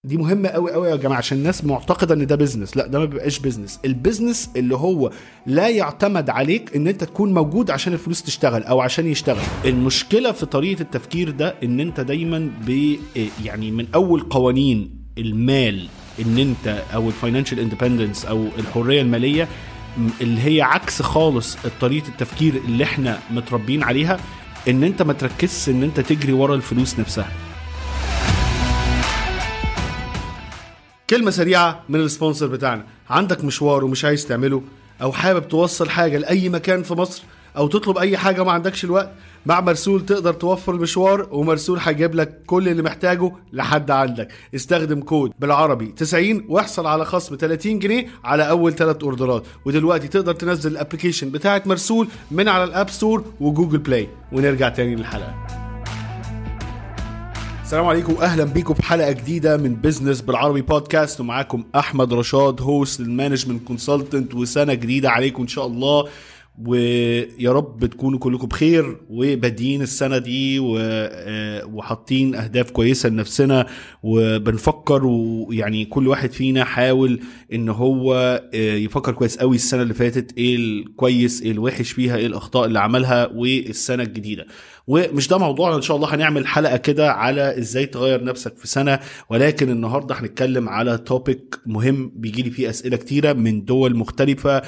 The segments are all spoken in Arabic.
دي مهمة قوي قوي يا جماعة، عشان الناس معتقدة ان ده بيزنس. لا، ده ما بيبقاش بيزنس. البيزنس اللي هو لا يعتمد عليك ان انت تكون موجود عشان الفلوس تشتغل او عشان يشتغل. المشكلة في طريقة التفكير ده ان انت دايما يعني من اول قوانين المال ان انت او الفاينانشال اندبندنس او الحرية المالية اللي هي عكس خالص طريقة التفكير اللي احنا متربين عليها، ان انت ما تركزش ان انت تجري ورا الفلوس نفسها. كلمة سريعة من السبونسر بتاعنا. عندك مشوار ومش عايز تعمله، او حابب توصل حاجة لأي مكان في مصر، او تطلب اي حاجة ما عندكش الوقت، مع مرسول تقدر توفر المشوار، ومرسول هيجيب لك كل اللي محتاجه لحد عندك. استخدم كود بالعربي 90 واحصل على خصم 30 جنيه على اول 3 اوردرات. ودلوقتي تقدر تنزل الابليكيشن بتاعت مرسول من على الاب ستور وجوجل بلاي. ونرجع تاني للحلقة. السلام عليكم واهلا بيكم في حلقه جديده من بيزنس بالعربي بودكاست، ومعاكم احمد رشاد هوست المانجمنت كونسلتنت، وسنه جديده عليكم ان شاء الله، ويا رب تكونوا كلكم بخير وبادين السنه دي وحاطين اهداف كويسه لنفسنا وبنفكر، ويعني كل واحد فينا حاول ان هو يفكر كويس قوي السنه اللي فاتت ايه الكويس ايه الوحش فيها، ايه الاخطاء اللي عملها، والسنه الجديده. ومش ده موضوعنا ان شاء الله، هنعمل حلقه كده على ازاي تغير نفسك في سنه، ولكن النهارده هنتكلم على توبيك مهم بيجيلي فيه اسئله كتيره من دول مختلفه،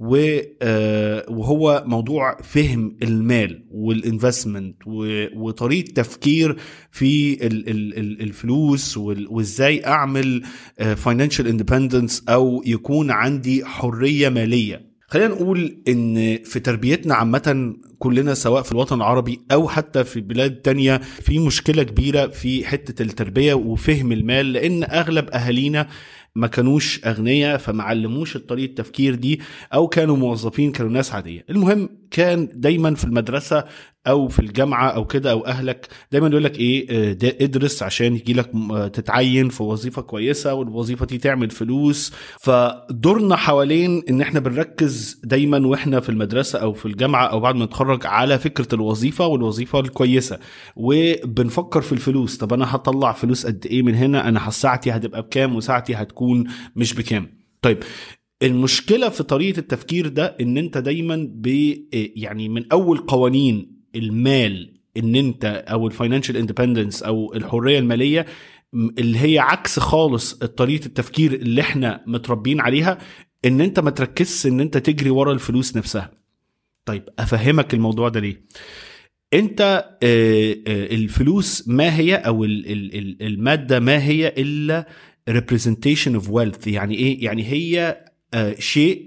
وهو موضوع فهم المال والانفستمنت وطريقه تفكير في الفلوس، وازاي اعمل فاينانشال اندبندنس او يكون عندي حريه ماليه. خلينا نقول ان في تربيتنا عامة كلنا سواء في الوطن العربي او حتى في بلاد تانية في مشكلة كبيرة في حتة التربية وفهم المال، لان اغلب اهالينا ما كانوش اغنياء فمعلموش الطريقة التفكير دي، او كانوا موظفين، كانوا ناس عادية. المهم كان دايما في المدرسة او في الجامعة او كده او اهلك دايما يقول لك ايه، ادرس عشان يجي لك تتعين في وظيفة كويسة، والوظيفة دي تعمل فلوس. فدورنا حوالين ان احنا بنركز دايما واحنا في المدرسة او في الجامعة او بعد ما نتخرج على فكرة الوظيفة والوظيفة الكويسة، وبنفكر في الفلوس. طب انا هطلع فلوس قد ايه من هنا؟ انا ساعتي هتبقى بكام وساعتي هتكون مش بكام؟ طيب المشكلة في طريقة التفكير ده ان انت دايما يعني من اول قوانين المال ان انت او الفاينانشال اندبندنس او الحرية المالية اللي هي عكس خالص طريقة التفكير اللي احنا متربين عليها، ان انت ما تركزش ان انت تجري ورا الفلوس نفسها. طيب افهمك الموضوع ده ليه. انت الفلوس ما هي، او المادة ما هي الا representation of wealth. يعني ايه؟ يعني هي شيء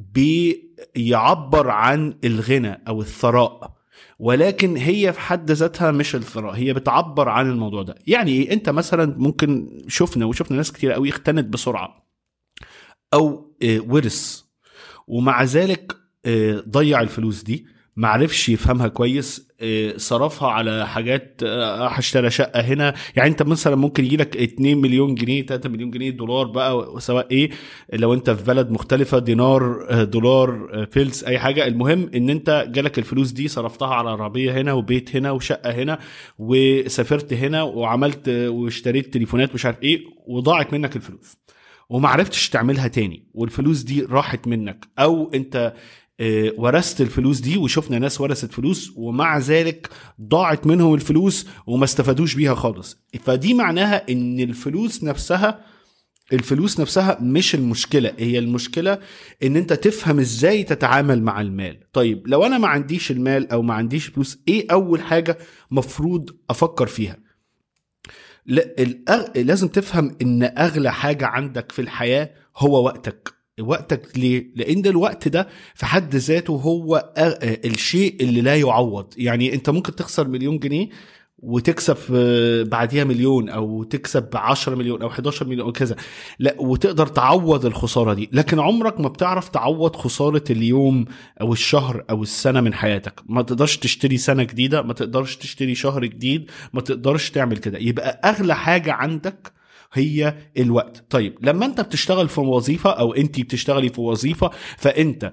بيعبر عن الغنى او الثراء، ولكن هي في حد ذاتها مش الثراء، هي بتعبر عن الموضوع ده. يعني ايه؟ انت مثلا ممكن شفنا ناس كتير قوي اختنت بسرعة او ورث، ومع ذلك ضيع الفلوس دي، معرفش يفهمها كويس، صرفها على حاجات، هشتري شقة هنا. يعني انت مثلا ممكن يجيلك 2 مليون جنيه 3 مليون جنيه دولار بقى، سواء ايه لو انت في بلد مختلفة، دينار دولار فلس اي حاجة. المهم ان انت جالك الفلوس دي صرفتها على عربية هنا وبيت هنا وشقة هنا وسافرت هنا وعملت واشتريت تليفونات مش عارف ايه، وضاعت منك الفلوس ومعرفتش تعملها تاني، والفلوس دي راحت منك. او انت ورثت الفلوس دي، وشفنا ناس ورثت فلوس ومع ذلك ضاعت منهم الفلوس وما استفادوش بيها خالص. فدي معناها ان الفلوس نفسها مش المشكلة، هي المشكلة ان انت تفهم ازاي تتعامل مع المال. طيب لو انا ما عنديش المال او ما عنديش فلوس، ايه اول حاجة مفروض افكر فيها؟ لازم تفهم ان اغلى حاجة عندك في الحياة هو وقتك. ليه؟ لان الوقت ده في حد ذاته هو الشيء اللي لا يعوض. يعني انت ممكن تخسر 1,000,000 جنيه وتكسب بعديها 1,000,000، او تكسب 10 مليون او 11 مليون او كذا، لا، وتقدر تعوض الخسارة دي، لكن عمرك ما بتعرف تعوض خسارة اليوم او الشهر او السنة من حياتك. ما تقدرش تشتري سنة جديدة، ما تقدرش تشتري شهر جديد، ما تقدرش تعمل كده. يبقى اغلى حاجة عندك هي الوقت. طيب لما انت بتشتغل في وظيفة او انت بتشتغلي في وظيفة، فانت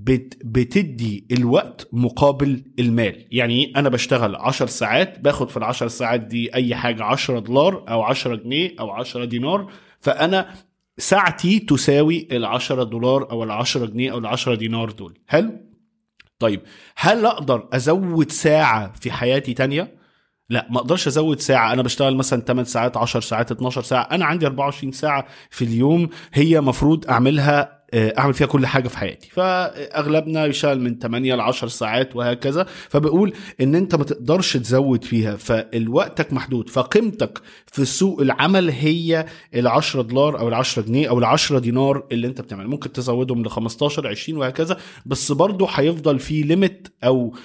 بتدي الوقت مقابل المال. يعني انا بشتغل 10 ساعات، باخد في ال10 ساعات دي اي حاجة $10 او 10 جنيه او 10 دينار، فانا ساعتي تساوي $10 او 10 جنيه او 10 دينار دول. حلو. طيب هل اقدر ازود ساعة في حياتي تانية؟ لا، ما اقدرش ازود ساعة. انا بشتغل مثلا 8 ساعات، 10 ساعات، 12 ساعة، انا عندي 24 ساعة في اليوم هي مفروض اعمل فيها كل حاجة في حياتي. فاغلبنا يشتغل من 8 ل 10 ساعات وهكذا. فبقول ان انت ما تقدرش تزود فيها، فالوقتك محدود. فقيمتك في سوق العمل هي $10 او 10 جنيه او 10 دينار اللي انت بتعمل. ممكن تزودهم ل 15 20 وهكذا، بس برضو هيفضل في ليميت او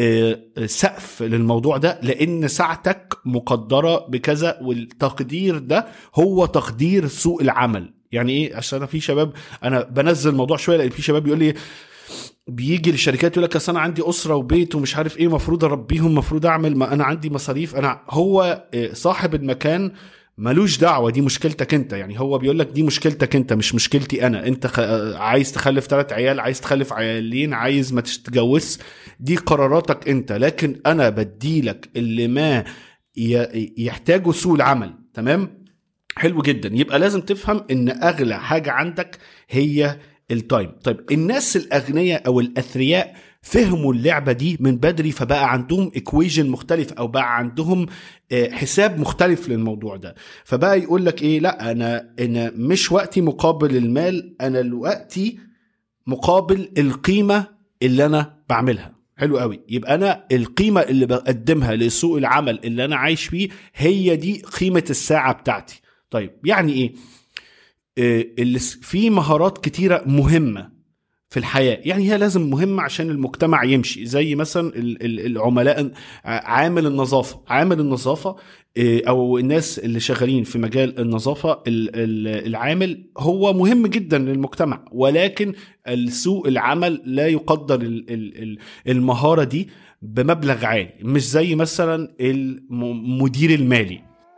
سقف للموضوع ده، لان ساعتك مقدرة بكذا، والتقدير ده هو تقدير سوق العمل. يعني ايه؟ عشان انا في شباب، انا بنزل الموضوع شويه، لان في شباب يقول لي بيجي للشركات يقول لك اصل انا عندي اسره وبيت ومش عارف ايه، مفروض اربيهم، مفروض اعمل، ما انا عندي مصاريف. هو صاحب المكان ملوش دعوه، دي مشكلتك انت. يعني هو بيقول لك دي مشكلتك انت مش مشكلتي انا. انت عايز تخلف 3 عيال، عايز تخلف عيالين، عايز ما تتجوز، دي قراراتك انت. لكن انا بديلك اللي ما يحتاجه سوق العمل. تمام؟ حلو جدا. يبقى لازم تفهم ان اغلى حاجة عندك هي التايم. طيب الناس الاغنياء او الاثرياء فهموا اللعبة دي من بدري، فبقى عندهم ايكويجن مختلف، او بقى عندهم حساب مختلف للموضوع ده. فبقى يقول لك ايه؟ لا، انا مش وقتي مقابل المال، انا الوقتي مقابل القيمة اللي انا بعملها. حلو قوي. يبقى انا القيمة اللي بقدمها لسوق العمل اللي انا عايش فيه هي دي قيمة الساعة بتاعتي. طيب يعني ايه؟ اللي في مهارات كتيرة مهمة في الحياة، يعني هي لازم مهمة عشان المجتمع يمشي. زي مثلا العملاء، عامل النظافة او الناس اللي شغالين في مجال النظافة، العامل هو مهم جدا للمجتمع، ولكن السوق العمل لا يقدر المهارة دي بمبلغ عالي، مش زي مثلا المدير المالي.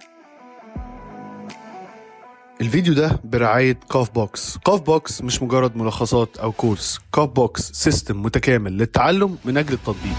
الفيديو ده برعاية كاف بوكس. كاف بوكس مش مجرد ملخصات أو كورس، كاف بوكس سيستم متكامل للتعلم من أجل التطبيق.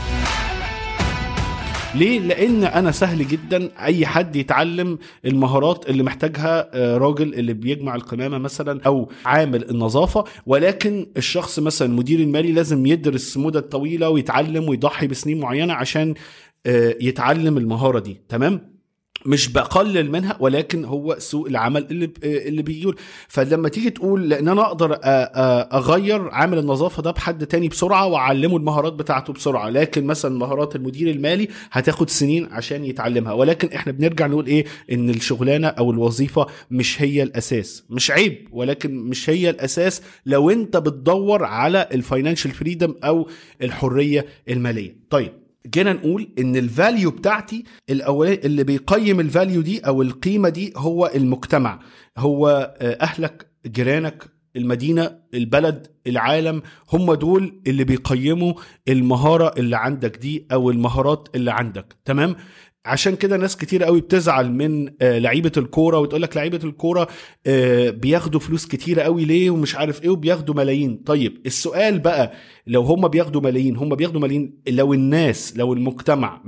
ليه؟ لان انا سهل جدا اي حد يتعلم المهارات اللي محتاجها راجل اللي بيجمع القمامة مثلا او عامل النظافة، ولكن الشخص مثلا المدير المالي لازم يدرس مدة طويلة ويتعلم ويضحي بسنين معينة عشان يتعلم المهارة دي. تمام؟ مش بقلل منها، ولكن هو سوق العمل اللي بيقول. فلما تيجي تقول لان انا اقدر اغير عامل النظافه ده بحد تاني بسرعه واعلمه المهارات بتاعته بسرعه، لكن مثلا مهارات المدير المالي هتاخد سنين عشان يتعلمها. ولكن احنا بنرجع نقول ايه؟ ان الشغلانه او الوظيفه مش هي الاساس. مش عيب، ولكن مش هي الاساس لو انت بتدور على الفاينانشال فريدم او الحريه الماليه. طيب جينا نقول ان الفاليو بتاعتي الاولاني اللي بيقيم الفاليو دي او القيمة دي هو المجتمع، هو اهلك، جيرانك، المدينة، البلد، العالم. هم دول اللي بيقيموا المهارة اللي عندك دي او المهارات اللي عندك. تمام؟ عشان كده ناس كتير قوي بتزعل من لعيبة الكورة وتقولك لعيبة الكورة بياخدوا فلوس كتير قوي ليه ومش عارف ايه وبياخدوا ملايين. طيب السؤال بقى، لو هم بياخدوا ملايين، لو المجتمع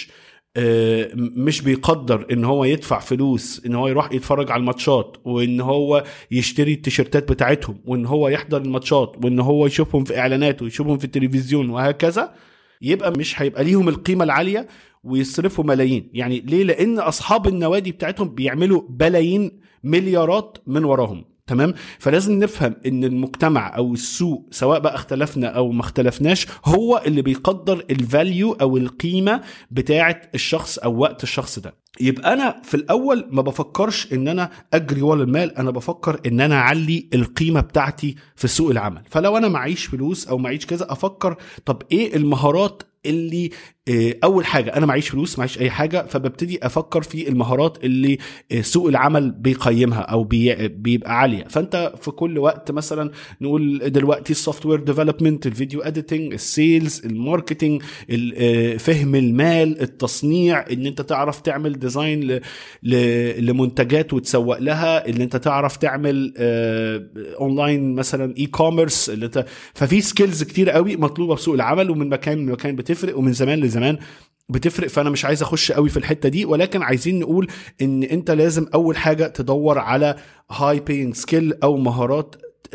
مش بيقدر ان هو يدفع فلوس ان هو يروح يتفرج على الماتشات، وان هو يشتري التيشيرتات بتاعتهم، وان هو يحضر الماتشات، وان هو يشوفهم في اعلانات ويشوفهم في التلفزيون وهكذا، يبقى مش هيبقى ليهم القيمة العالية ويصرفوا ملايين. يعني ليه؟ لان اصحاب النوادي بتاعتهم بيعملوا بلايين، مليارات من وراهم. تمام؟ فلازم نفهم ان المجتمع او السوق، سواء بقى اختلفنا او ما اختلفناش، هو اللي بيقدر الفاليو او القيمة بتاعت الشخص او وقت الشخص ده. يبقى انا في الاول ما بفكرش ان انا اجري ورا المال، انا بفكر ان انا اعلي القيمة بتاعتي في سوق العمل. فلو انا معيش فلوس او معيش كذا، افكر طب ايه المهارات اللي اول حاجه انا معيش فلوس، معيش اي حاجه، فببتدي افكر في المهارات اللي سوق العمل بيقيمها او بيبقى عاليه. فانت في كل وقت مثلا نقول دلوقتي السوفت وير ديفلوبمنت، الفيديو اديتنج، السيلز، الماركتنج، فهم المال، التصنيع، ان انت تعرف تعمل ديزاين لمنتجات وتسوق لها، ان انت تعرف تعمل اونلاين مثلا اي كوميرس، اللي انت ففي سكيلز كتير قوي مطلوبه في سوق العمل، ومن مكان لمكان بتفرق، ومن زمان لزمان بتفرق. فانا مش عايز اخش قوي في الحته دي، ولكن عايزين نقول ان انت لازم اول حاجه تدور على هاي باينج سكيل او مهارات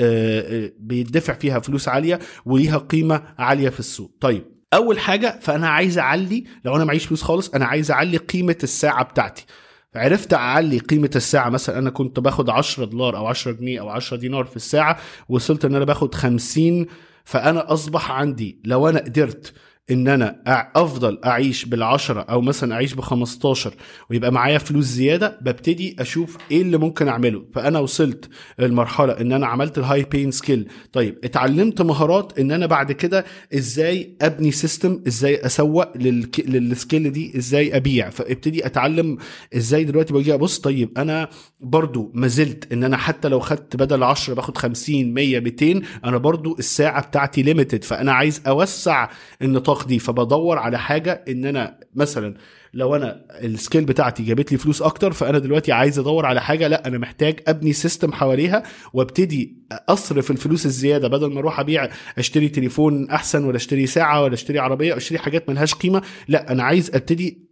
بيدفع فيها فلوس عاليه وليها قيمه عاليه في السوق. طيب اول حاجه فانا عايز اعلي، لو انا معيش فلوس خالص انا عايز اعلي قيمه الساعه بتاعتي. عرفت اعلي قيمه الساعه، مثلا انا كنت باخد $10 او 10 جنيه او 10 دينار في الساعه، وصلت ان انا باخد 50. فانا اصبح عندي لو انا قدرت ان انا افضل اعيش بال10 او مثلا اعيش ب15 ويبقى معايا فلوس زياده، ببتدي اشوف ايه اللي ممكن اعمله. فانا وصلت المرحله ان انا عملت الهاي بين سكيل. طيب اتعلمت مهارات ان انا بعد كده ازاي ابني سيستم، ازاي اسوق للسكيل دي، ازاي ابيع. فابتدي اتعلم ازاي دلوقتي باجي ابص طيب انا برضو ما زلت ان انا حتى لو خدت بدل 10 باخد 50 100 200، انا برضو الساعه بتاعتي ليميتد، فانا عايز اوسع النطاق دي. فبدور على حاجه ان انا مثلا لو انا السكيل بتاعتي جابت لي فلوس اكتر، فانا دلوقتي عايز ادور على حاجه لا انا محتاج ابني سيستم حواليها، وابتدي اصرف الفلوس الزياده بدل ما اروح ابيع اشتري تليفون احسن ولا اشتري ساعه ولا اشتري عربيه او اشتري حاجات ملهاش قيمه. لا انا عايز ابتدي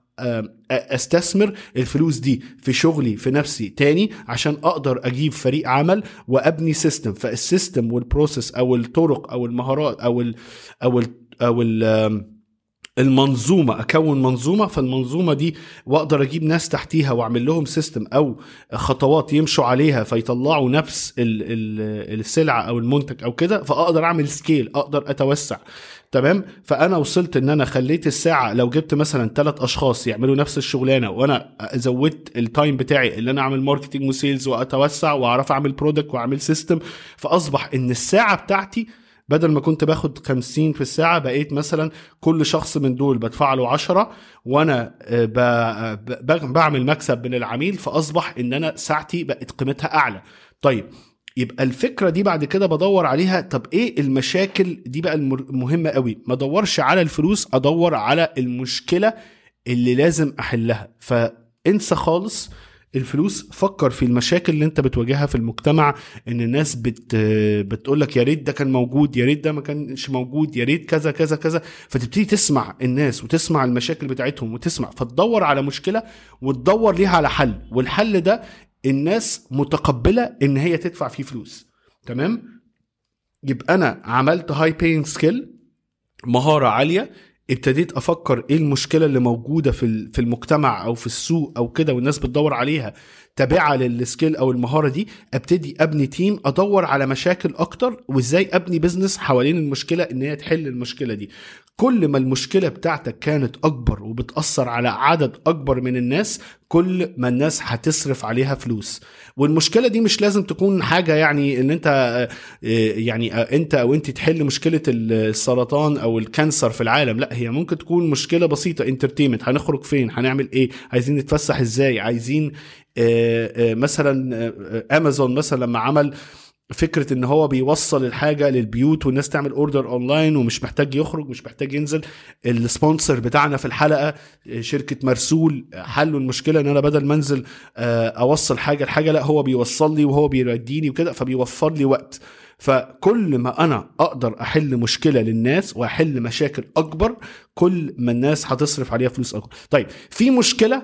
استثمر الفلوس دي في شغلي في نفسي تاني، عشان اقدر اجيب فريق عمل وابني سيستم. فالسيستم والبروسيس او الطرق او المهارات او المنظومة، اكون منظومة، فالمنظومة دي واقدر اجيب ناس تحتيها واعمل لهم سيستم او خطوات يمشوا عليها فيطلعوا نفس السلعة او المنتج او كده، فاقدر اعمل سكيل، اقدر اتوسع. تمام. فانا وصلت ان انا خليت الساعة لو جبت مثلا 3 اشخاص يعملوا نفس الشغلانة، وانا زودت التايم بتاعي اللي انا اعمل ماركتنج وسيلز واتوسع واعرف اعمل برودكت واعمل سيستم، فاصبح ان الساعة بتاعتي بدل ما كنت باخد 50 في الساعة بقيت مثلا كل شخص من دول بدفع له 10، وانا بعمل مكسب من العميل، فاصبح ان انا ساعتي بقت قيمتها اعلى. طيب يبقى الفكرة دي بعد كده بدور عليها. طب ايه المشاكل دي بقى المهمة قوي؟ ما ادورش على الفلوس، ادور على المشكلة اللي لازم احلها. فانسى خالص الفلوس، فكر في المشاكل اللي انت بتواجهها في المجتمع، ان الناس بتقولك يا ريت ده كان موجود، يا ريت ده ما كانش موجود، يا ريت كذا كذا كذا. فتبتدي تسمع الناس وتسمع المشاكل بتاعتهم وتسمع، فتدور على مشكلة وتدور ليها على حل، والحل ده الناس متقبلة ان هي تدفع فيه فلوس. تمام. يبقى انا عملت هاي باينج سكيل، مهارة عالية، ابتديت افكر ايه المشكله اللي موجوده في المجتمع او في السوق او كده والناس بتدور عليها تابعه للسكيل او المهاره دي. ابتدي ابني تيم، ادور على مشاكل اكتر وازاي ابني بزنس حوالين المشكله ان هي تحل المشكله دي. كل ما المشكله بتاعتك كانت اكبر وبتاثر على عدد اكبر من الناس، كل ما الناس هتصرف عليها فلوس. والمشكله دي مش لازم تكون حاجه يعني ان انت يعني انت او انت تحل مشكله السرطان او الكانسر في العالم، لا هي ممكن تكون مشكله بسيطه، انترتينمنت، هنخرج فين، هنعمل ايه، عايزين نتفسح ازاي، عايزين مثلا امازون مثلا لما عمل فكرة ان هو بيوصل الحاجة للبيوت والناس تعمل اوردر اونلاين ومش محتاج يخرج، مش محتاج ينزل. السبونسر بتاعنا في الحلقة شركة مرسول حلوا المشكلة ان انا بدل ما انزل اوصل الحاجة لا هو بيوصل لي وهو بيوديني وكده، فبيوفر لي وقت. فكل ما انا اقدر احل مشكلة للناس واحل مشاكل اكبر، كل ما الناس هتصرف عليها فلوس اكبر. طيب في مشكلة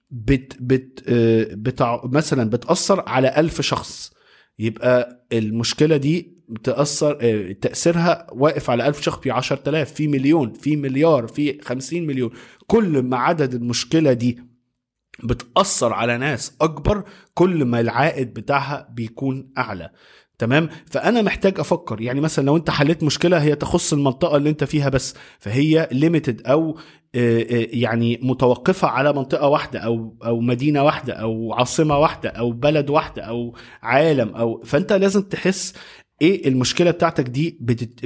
مثلا بتأثر على 1000 شخص، يبقى المشكلة دي بتأثر تأثيرها واقف على 1000 شخص، في 10,000، في مليون، في مليار، في 50 مليون. كل ما عدد المشكلة دي بتأثر على ناس أكبر، كل ما العائد بتاعها بيكون أعلى. تمام. فأنا محتاج أفكر، يعني مثلا لو أنت حليت مشكلة هي تخص المنطقة اللي أنت فيها بس، فهي limited أو يعني متوقفة على منطقة واحدة أو مدينة واحدة أو عاصمة واحدة أو بلد واحدة أو عالم فأنت لازم تحس ايه المشكله بتاعتك دي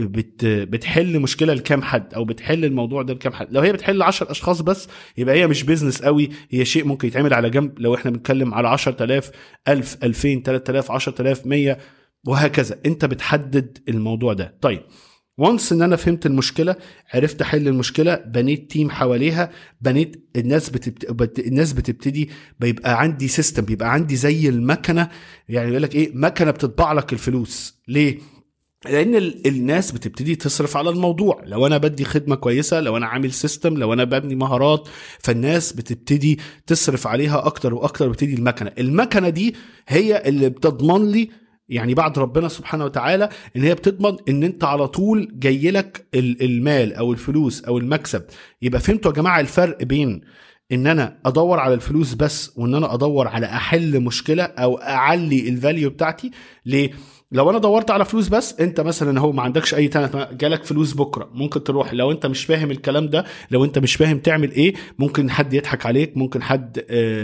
بتحل مشكله لكام حد، او بتحل الموضوع ده لكام حد. لو هي بتحل 10 اشخاص بس يبقى هي مش بيزنس قوي، هي شيء ممكن يتعمل على جنب. لو احنا بنتكلم على 10,000 1000 2000 3000 10,000 100 وهكذا، انت بتحدد الموضوع ده. طيب وانس ان انا فهمت المشكله، عرفت احل المشكله، بنيت تيم حواليها، بنيت الناس بتبتدي بيبقى عندي سيستم، بيبقى عندي زي المكنه. يعني يقول لك ايه، مكنه بتطبع لك الفلوس. ليه؟ لان الناس بتبتدي تصرف على الموضوع. لو انا بدي خدمه كويسه، لو انا عامل سيستم، لو انا ببني مهارات، فالناس بتبتدي تصرف عليها اكتر واكتر، وبتدي المكنه دي هي اللي بتضمن لي، يعني بعد ربنا سبحانه وتعالى، ان هي بتضمن ان انت على طول جاي لك المال او الفلوس او المكسب. يبقى فهمتوا يا جماعه الفرق بين ان انا ادور على الفلوس بس، وان انا ادور على احل مشكله او اعلي الفاليو بتاعتي. ليه؟ لو انا دورت على فلوس بس، انت مثلا هو ما عندكش اي تنة، جالك فلوس بكره ممكن تروح. لو انت مش فاهم الكلام ده، لو انت مش فاهم تعمل ايه، ممكن حد يضحك عليك، ممكن حد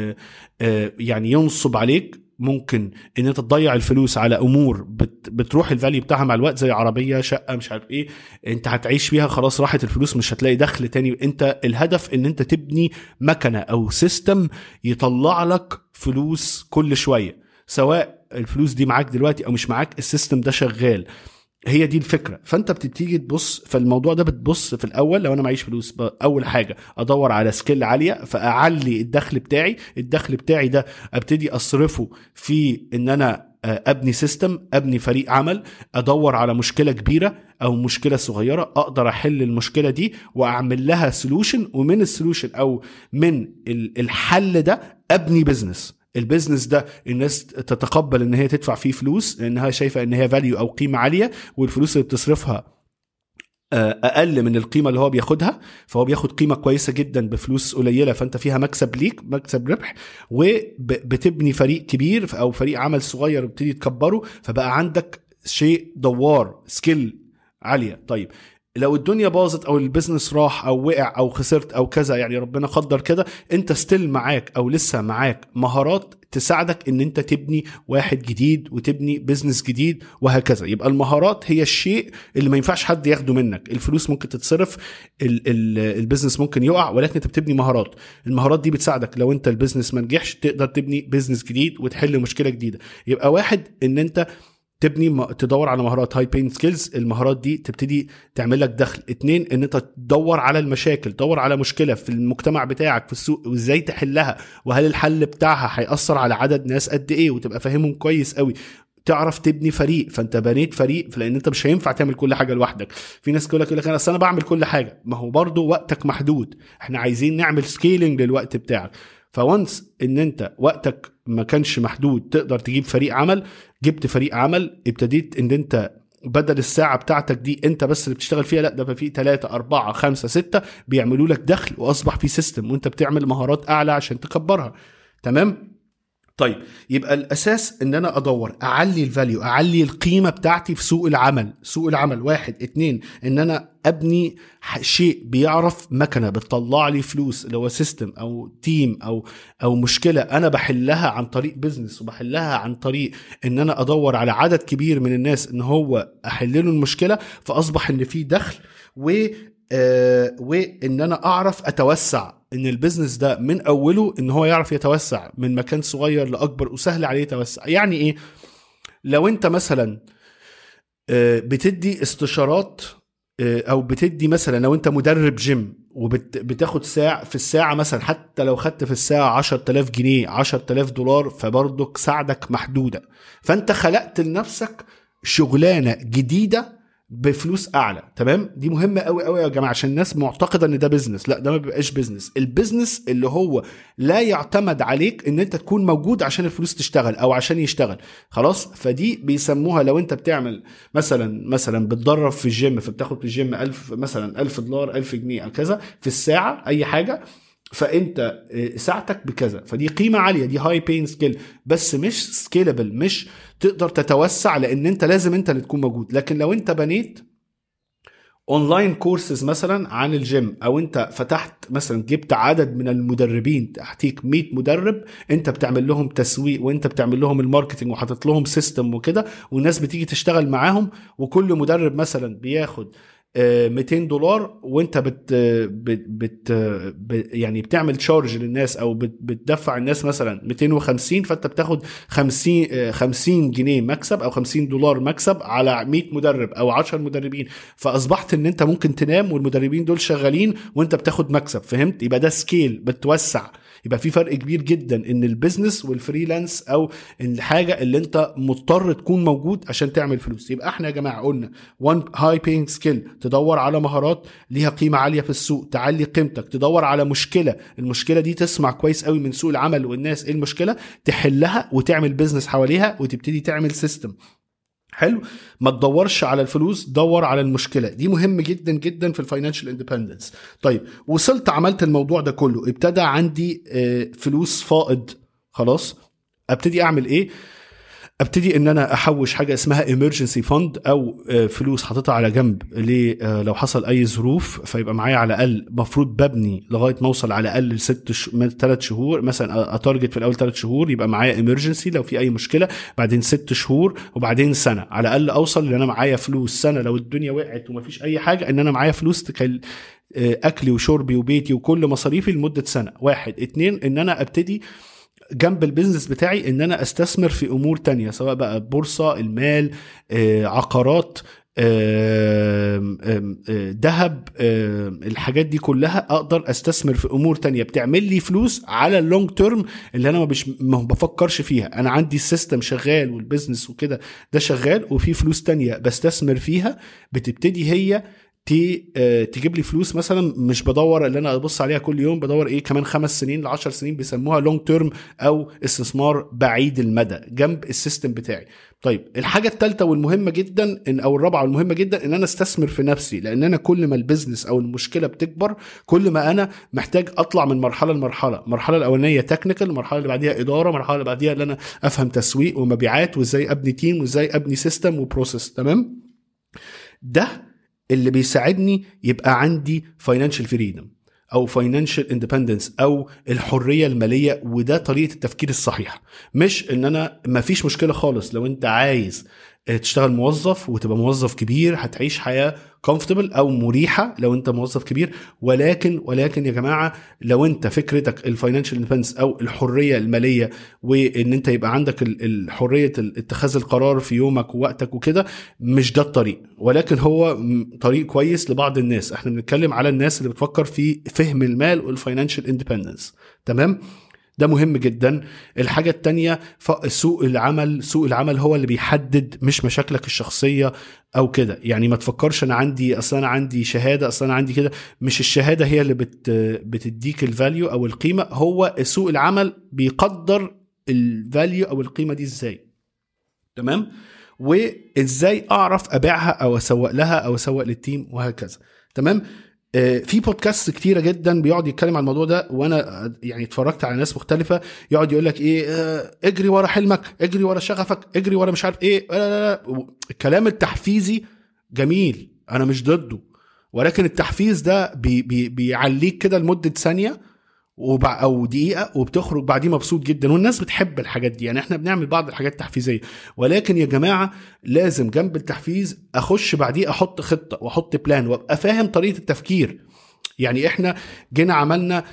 يعني ينصب عليك، ممكن ان انت تضيع الفلوس على امور بتروح الفاليو بتاعها مع الوقت، زي عربيه، شقه، مش عارف ايه، انت هتعيش فيها خلاص، راحت الفلوس، مش هتلاقي دخل تاني. انت الهدف ان انت تبني مكنه او سيستم يطلع لك فلوس كل شويه، سواء الفلوس دي معاك دلوقتي او مش معاك، السيستم ده شغال. هي دي الفكره. فانت بتبتدي تبص في الموضوع ده، بتبص في الاول لو انا معيش فلوس، اول حاجه ادور على سكيل عاليه، فاعلي الدخل بتاعي ده ابتدي اصرفه في ان انا ابني سيستم، ابني فريق عمل، ادور على مشكله كبيره او مشكله صغيره، اقدر احل المشكله دي واعمل لها سولوشن، ومن السولوشن او من الحل ده ابني بزنس. البيزنس ده الناس تتقبل ان هي تدفع فيه فلوس، لانها شايفه ان هي فاليو او قيمه عاليه، والفلوس اللي بتصرفها اقل من القيمه اللي هو بياخدها، فهو بياخد قيمه كويسه جدا بفلوس قليله، فانت فيها مكسب ليك، مكسب ربح. وبتبني فريق كبير او فريق عمل صغير وبتبتدي تكبره، فبقى عندك شيء دوار، سكيل عاليه. طيب لو الدنيا باظت او البيزنس راح او وقع او خسرت او كذا، يعني ربنا قدر كده، انت ستيل معاك او لسه معاك مهارات تساعدك ان انت تبني واحد جديد وتبني بيزنس جديد وهكذا. يبقى المهارات هي الشيء اللي ما ينفعش حد ياخده منك. الفلوس ممكن تتصرف، البيزنس ممكن يقع، ولكن انت بتبني مهارات. المهارات دي بتساعدك لو انت البيزنس ما نجحش تقدر تبني بيزنس جديد وتحل مشكلة جديدة. يبقى واحد، ان انت تدور على مهارات هاي بين سكيلز، المهارات دي تبتدي تعمل لك دخل. 2، ان انت تدور على المشاكل، تدور على مشكلة في المجتمع بتاعك في السوق وازاي تحلها، وهل الحل بتاعها هيأثر على عدد ناس قد ايه، وتبقى فاهمهم كويس قوي. تعرف تبني فريق، فانت بنيت فريق، لان انت مش هينفع تعمل كل حاجه لوحدك. في ناس يقول لك انا اصل انا بعمل كل حاجه، ما هو برضو وقتك محدود، احنا عايزين نعمل سكيلينج للوقت بتاعك. فوانس ان انت وقتك ما كانش محدود، تقدر تجيب فريق عمل، جبت فريق عمل، ابتديت ان انت بدل الساعة بتاعتك دي انت بس اللي بتشتغل فيها، لا ده بقى في 3 4 5 6 بيعملوا لك دخل، واصبح في سيستم، وانت بتعمل مهارات اعلى عشان تكبرها. تمام؟ طيب يبقى الاساس ان انا ادور اعلي الفاليو، اعلي القيمه بتاعتي في سوق العمل. 1 2 ان انا ابني شيء بيعرف مكنه بتطلع لي فلوس، اللي هو سيستم او تيم او مشكله انا بحلها عن طريق بيزنس، وبحلها عن طريق ان انا ادور على عدد كبير من الناس ان هو احل له المشكله، فاصبح ان في دخل. وان انا اعرف اتوسع، ان البيزنس ده من اوله ان هو يعرف يتوسع من مكان صغير لاكبر، وسهل عليه يتوسع. يعني ايه؟ لو انت مثلا بتدي استشارات، او بتدي مثلا، لو انت مدرب جيم وبتاخد ساعة في الساعة مثلا، حتى لو خدت في الساعة 10,000 جنيه 10,000 دولار، فبرضك ساعدك محدودة. فانت خلقت لنفسك شغلانة جديدة بفلوس اعلى. تمام؟ دي مهمه قوي قوي يا جماعه، عشان الناس معتقده ان ده بيزنس. لا، ده ما بيبقاش بيزنس. البيزنس اللي هو لا يعتمد عليك ان انت تكون موجود عشان الفلوس تشتغل او عشان يشتغل، خلاص. فدي بيسموها، لو انت بتعمل مثلا بتدرب في الجيم، فبتاخد في الجيم 1000 مثلا 1000 دولار 1000 جنيه او كذا في الساعه، اي حاجه، فانت ساعتك بكذا، فدي قيمه عاليه، دي هاي بين سكيل، بس مش سكيلبل، مش تقدر تتوسع، لان انت لازم انت اللي تكون موجود. لكن لو انت بنيت اونلاين كورسز مثلا عن الجيم، او انت فتحت مثلا جبت عدد من المدربين تحتيك 100 مدرب، انت بتعمل لهم تسويق وانت بتعمل لهم الماركتنج وحاطط لهم سيستم وكده، والناس بتيجي تشتغل معاهم، وكل مدرب مثلا بياخد $200 وانت يعني بتعمل تشارج للناس او بتدفع الناس مثلا 250، فانت بتاخد 50 جنيه مكسب او $50 مكسب على 100 مدرب او 10 مدربين. فاصبحت ان انت ممكن تنام والمدربين دول شغالين وانت بتاخد مكسب. فهمت؟ يبقى ده سكيل، بتوسع. يبقى في فرق كبير جدا ان البيزنس والفريلانس او الحاجه اللي انت مضطر تكون موجود عشان تعمل فلوس. يبقى احنا يا جماعه قلنا one high paying skill، تدور على مهارات ليها قيمه عاليه في السوق تعلي قيمتك، تدور على مشكله، المشكله دي تسمع كويس قوي من سوق العمل والناس ايه المشكله، تحلها وتعمل بيزنس حواليها وتبتدي تعمل سيستم حلو. ما تدورش على الفلوس، دور على المشكله. دي مهم جدا جدا في الفاينانشال اندبندنس. طيب وصلت عملت الموضوع ده كله، ابتدى عندي فلوس فائض، خلاص ابتدي اعمل ايه؟ ابتدي ان انا احوش حاجه اسمها emergency fund، او فلوس حاططها على جنب لو حصل اي ظروف، فيبقى معايا على الاقل مفروض ببني لغايه ما اوصل على الاقل 3 شهور مثلا، اتارجت في الاول 3 شهور يبقى معايا emergency لو في اي مشكله، بعدين 6 شهور، وبعدين سنه. على الاقل اوصل ان انا معايا فلوس سنه لو الدنيا وقعت ومفيش اي حاجه، ان انا معايا فلوس اكلي وشربي وبيتي وكل مصاريفي لمده سنه. 1 2 ان انا ابتدي جنب البيزنس بتاعي ان انا استثمر في امور تانية، سواء بقى بورصة، المال، عقارات، ذهب، الحاجات دي كلها اقدر استثمر في امور تانية بتعمل لي فلوس على اللونج تيرم، اللي انا ما بفكرش فيها. انا عندي السيستم شغال والبيزنس وكده ده شغال، وفي فلوس تانية بستثمر فيها بتبتدي هي تجيب لي فلوس. مثلا مش بدور اللي انا ابص عليها كل يوم، بدور ايه كمان 5 سنين ل10 سنين، بيسموها لونج تيرم او استثمار بعيد المدى جنب السيستم بتاعي. طيب الحاجه الثالثه والمهمه جدا او الرابعه والمهمه جدا ان انا استثمر في نفسي، لان انا كل ما البيزنس او المشكله بتكبر كل ما انا محتاج اطلع من مرحله لمرحله. المرحله الاولانيه تكنيكال، المرحله اللي بعديها اداره، المرحله اللي بعديها اللي انا افهم تسويق ومبيعات وازاي ابني تيم وازاي ابني سيستم وبروسيس. تمام؟ ده اللي بيساعدني يبقى عندي financial freedom او financial independence او الحرية المالية. وده طريقة التفكير الصحيح، مش ان انا ما فيش مشكلة خالص لو انت عايز تشتغل موظف وتبقى موظف كبير، هتعيش حياة comfortable او مريحة لو انت موظف كبير. ولكن يا جماعة، لو انت فكرتك الفاينانشال اندبندنس او الحرية المالية، وان انت يبقى عندك الحرية اتخاذ القرار في يومك ووقتك وكده، مش ده الطريق، ولكن هو طريق كويس لبعض الناس. احنا بنتكلم على الناس اللي بتفكر في فهم المال والفاينانشال اندبندنس. تمام؟ ده مهم جدا. الحاجة التانية سوق العمل هو اللي بيحدد، مش مشاكلك الشخصية او كده. يعني ما تفكرش انا عندي شهادة، اصلا انا عندي كده. مش الشهادة هي اللي بتديك الفاليو او القيمة، هو سوق العمل بيقدر الفاليو او القيمة دي ازاي. تمام؟ وازاي اعرف ابيعها او اسوق لها او اسوق للتيم وهكذا. تمام؟ في بودكاست كتيرة جدا بيقعد يتكلم عن الموضوع ده، وانا يعني اتفرجت على ناس مختلفة يقعد يقول لك ايه، اجري ورا حلمك، اجري ورا شغفك، اجري ورا مش عارف ايه. لا. الكلام التحفيزي جميل، انا مش ضده، ولكن التحفيز ده بيعليك كده لمدة ثانية او دقيقة، وبتخرج بعديه مبسوط جدا، والناس بتحب الحاجات دي. يعني احنا بنعمل بعض الحاجات التحفيزية، ولكن يا جماعة لازم جنب التحفيز اخش بعديه احط خطة واحط بلان وابقى فاهم طريقة التفكير. يعني احنا جينا عملنا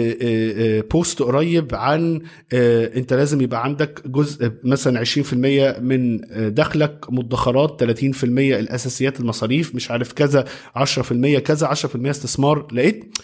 بوست قريب عن انت لازم يبقى عندك جزء مثلا 20% من دخلك مدخرات، 30% الاساسيات المصاريف، مش عارف كذا، 10% كذا، 10% استثمار. لقيت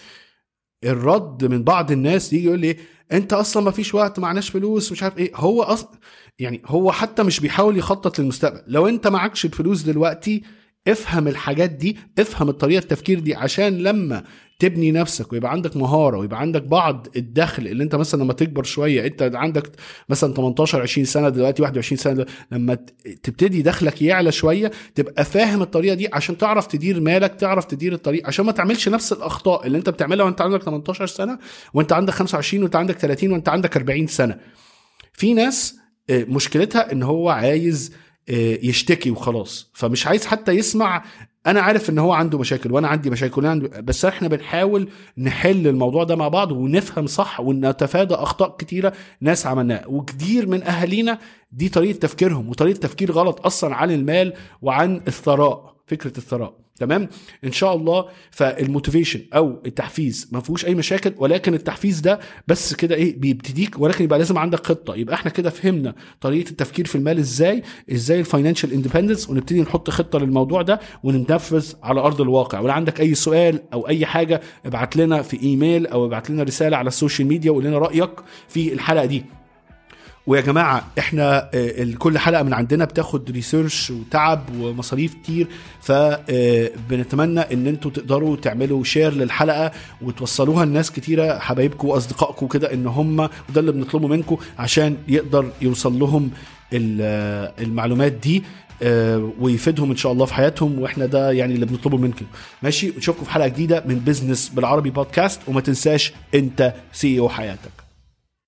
الرد من بعض الناس يجي يقول لي انت اصلا ما فيش وقت، معناش فلوس، مش عارف ايه. هو اصلا يعني هو حتى مش بيحاول يخطط للمستقبل. لو انت معكش الفلوس دلوقتي، افهم الحاجات دي، افهم الطريقة التفكير دي، عشان لما تبني نفسك ويبقى عندك مهارة ويبقى عندك بعض الدخل اللي انت مثلا لما تكبر شوية، انت عندك مثلا 18 20 سنة دلوقتي، 21 سنة دلوقتي، لما تبتدي دخلك يعلى شوية تبقى فاهم الطريقة دي عشان تعرف تدير مالك، تعرف تدير الطريق، عشان ما تعملش نفس الأخطاء اللي انت بتعملها وانت عندك 18 سنة وانت عندك 25 وانت عندك 30 وانت عندك 40 سنة. في ناس مشكلتها ان هو عايز يشتكي وخلاص، فمش عايز حتى يسمع انا عارف ان هو عنده مشاكل وانا عندي مشاكل بس احنا بنحاول نحل الموضوع ده مع بعض ونفهم صح ونتفادى اخطاء كتيره ناس عملناها. وكتير من اهالينا دي طريقه تفكيرهم، وطريقه تفكير غلط اصلا عن المال وعن الثراء، فكره الثراء. تمام ان شاء الله. فالموتيفيشن او التحفيز ما فيهوش اي مشاكل، ولكن التحفيز ده بس كده ايه بيبتديك، ولكن يبقى لازم عندك خطه. يبقى احنا كده فهمنا طريقه التفكير في المال ازاي الفاينانشال اندبندنس، ونبتدي نحط خطه للموضوع ده وننفذ على ارض الواقع. ولو عندك اي سؤال او اي حاجه ابعت لنا في ايميل او ابعت لنا رساله على السوشيال ميديا وقول لنا رايك في الحلقه دي. ويا جماعة احنا كل حلقة من عندنا بتاخد ريسيرش وتعب ومصاريف كتير، فبنتمنى ان انتوا تقدروا تعملوا شير للحلقة وتوصلوها لناس كتيرة، حبايبكم واصدقائكم كده، ان هم وده اللي بنطلبه منكم عشان يقدر يوصل لهم المعلومات دي ويفيدهم ان شاء الله في حياتهم. واحنا ده يعني اللي بنطلبه منكم. ماشي، نشوفكم في حلقة جديدة من بيزنس بالعربي بودكاست. وما تنساش انت CEO حياتك.